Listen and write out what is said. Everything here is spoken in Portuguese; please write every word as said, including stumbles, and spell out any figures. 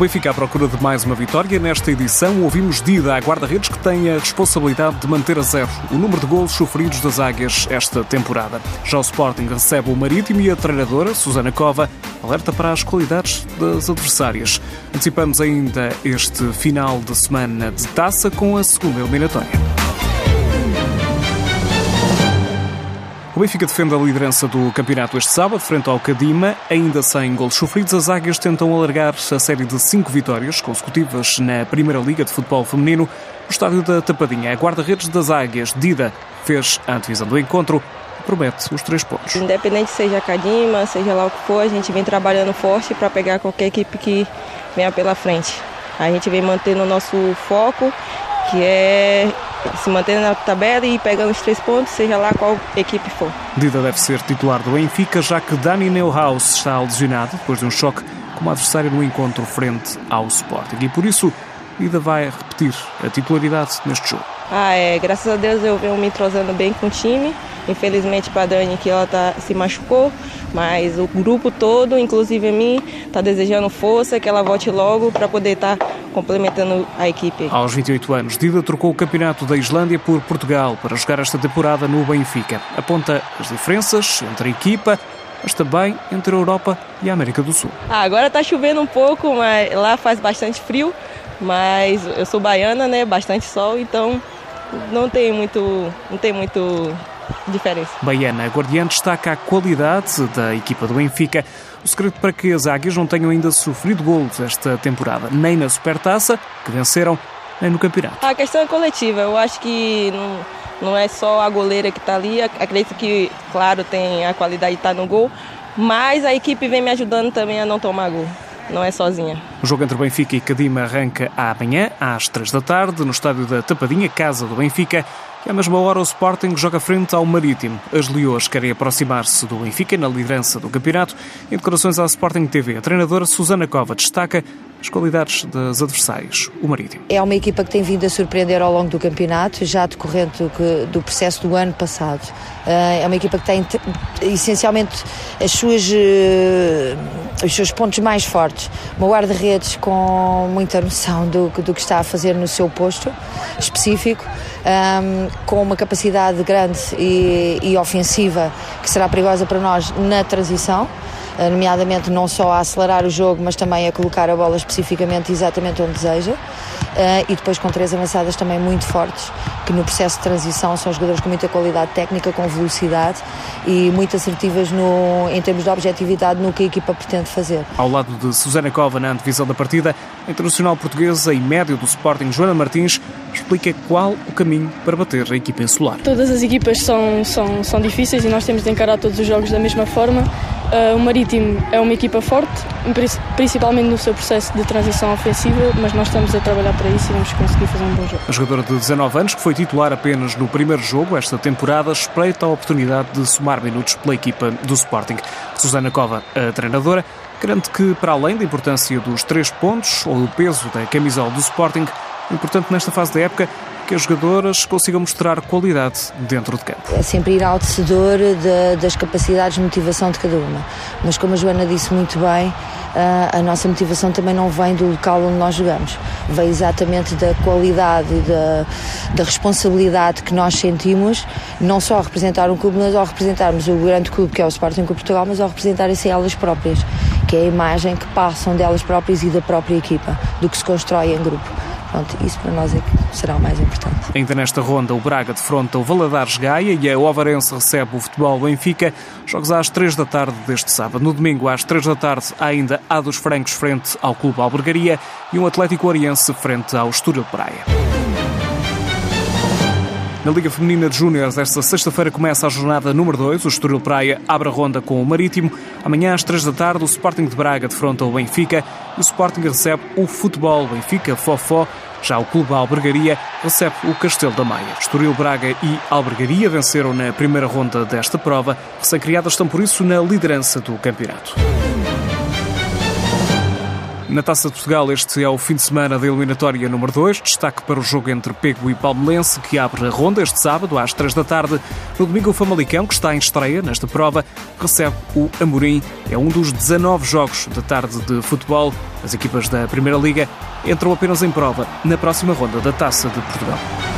Benfica à procura de mais uma vitória. Nesta edição ouvimos Dida, a guarda-redes que tem a responsabilidade de manter a zero o número de golos sofridos das Águias esta temporada. Já o Sporting recebe o Marítimo e a treinadora, Susana Cova, alerta para as qualidades das adversárias. Antecipamos ainda este final de semana de taça com a segunda eliminatória. O Benfica defende a liderança do campeonato este sábado, frente ao Cadima. Ainda sem golos sofridos, as Águias tentam alargar a série de cinco vitórias consecutivas na Primeira Liga de Futebol Feminino no estádio da Tapadinha. A guarda-redes das Águias, Dida, fez a antevisão do encontro e promete os três pontos. Independente seja a Cadima, seja lá o que for, a gente vem trabalhando forte para pegar qualquer equipe que venha pela frente. A gente vem mantendo o nosso foco, que é se manter na tabela e pegando os três pontos, seja lá qual equipe for. Dida deve ser titular do Benfica, já que Dani Neuhaus está lesionado depois de um choque como adversário no encontro frente ao Sporting. E por isso, Dida vai repetir a titularidade neste jogo. Ah, é, graças a Deus eu venho me entrosando bem com o time. Infelizmente para a Dani que ela tá, se machucou, mas o grupo todo, inclusive a mim, está desejando força, que ela volte logo para poder estar tá complementando a equipe. Aos vinte e oito anos, Dida trocou o campeonato da Islândia por Portugal para jogar esta temporada no Benfica. Aponta as diferenças entre a equipa, mas também entre a Europa e a América do Sul. Ah, agora está chovendo um pouco, mas lá faz bastante frio, mas eu sou baiana, né? Bastante sol, então não tem muito, não tem muito diferença. Baiana, a guardiã destaca a qualidade da equipa do Benfica. O segredo para que as Águias não tenham ainda sofrido golos esta temporada, nem na Supertaça, que venceram, nem no campeonato. A questão é coletiva. Eu acho que não, não é só a goleira que está ali. Acredito que, claro, tem a qualidade de estar no gol, mas a equipe vem me ajudando também a não tomar gol. Não é sozinha. O jogo entre Benfica e Cadima arranca amanhã, às três da tarde, no estádio da Tapadinha, casa do Benfica. E à mesma hora o Sporting joga frente ao Marítimo. As Leões querem aproximar-se do Benfica na liderança do campeonato. Em declarações à Sporting T V, a treinadora Susana Cova destaca as qualidades dos adversários, o Marítimo. É uma equipa que tem vindo a surpreender ao longo do campeonato, já decorrente do, do processo do ano passado. É uma equipa que tem essencialmente as suas, os seus pontos mais fortes. Uma guarda-redes com muita noção do, do que está a fazer no seu posto específico, um, com uma capacidade grande e, e ofensiva que será perigosa para nós na transição, nomeadamente não só a acelerar o jogo, mas também a colocar a bola especificamente exatamente onde deseja. Uh, e depois com três avançadas também muito fortes, que no processo de transição são jogadores com muita qualidade técnica, com velocidade e muito assertivas no, em termos de objetividade no que a equipa pretende fazer. Ao lado de Susana Cova na antevisão da partida, a internacional portuguesa e médio do Sporting, Joana Martins, explica qual o caminho para bater a equipa insular. Todas as equipas são, são, são difíceis e nós temos de encarar todos os jogos da mesma forma. Uh, o Marítimo é uma equipa forte, principalmente no seu processo de transição ofensiva, mas nós estamos a trabalhar para isso e vamos conseguir fazer um bom jogo. A jogadora de dezanove anos, que foi titular apenas no primeiro jogo esta temporada, espreita a oportunidade de somar minutos pela equipa do Sporting. Susana Cova, a treinadora, garante que, para além da importância dos três pontos ou do peso da camisola do Sporting, é importante nesta fase da época que as jogadoras consigam mostrar qualidade dentro de campo. É sempre ir ao tecedor de, das capacidades de motivação de cada uma. Mas como a Joana disse muito bem, a, a nossa motivação também não vem do local onde nós jogamos. Vem exatamente da qualidade e da, da responsabilidade que nós sentimos, não só a representar um clube, mas ao representarmos o grande clube que é o Sporting Clube Portugal, mas ao representarem-se elas próprias, que é a imagem que passam delas próprias e da própria equipa, do que se constrói em grupo. Pronto, isso para nós é que será o mais importante. Ainda nesta ronda, o Braga defronta o Valadares Gaia e a Ovarense recebe o Futebol Benfica. Jogos às três da tarde deste sábado. No domingo, às três da tarde, há ainda A dos Francos frente ao Clube Albergaria e um Atlético Oriense frente ao Estoril Praia. Na Liga Feminina de Júniores, esta sexta-feira começa a jornada número dois. O Estoril Praia abre a ronda com o Marítimo. Amanhã, às três da tarde, o Sporting de Braga defronta o Benfica e o Sporting recebe o Futebol Benfica Fofó. Já o Clube Albergaria recebe o Castelo da Maia. Estoril, Braga e Albergaria venceram na primeira ronda desta prova. Recém-criadas estão, por isso, na liderança do campeonato. Na Taça de Portugal, este é o fim de semana da eliminatória número dois. Destaque para o jogo entre Pego e Palmelense, que abre a ronda este sábado às três da tarde. No domingo, o Famalicão, que está em estreia nesta prova, recebe o Amorim. É um dos dezanove jogos da tarde de futebol. As equipas da Primeira Liga entram apenas em prova na próxima ronda da Taça de Portugal.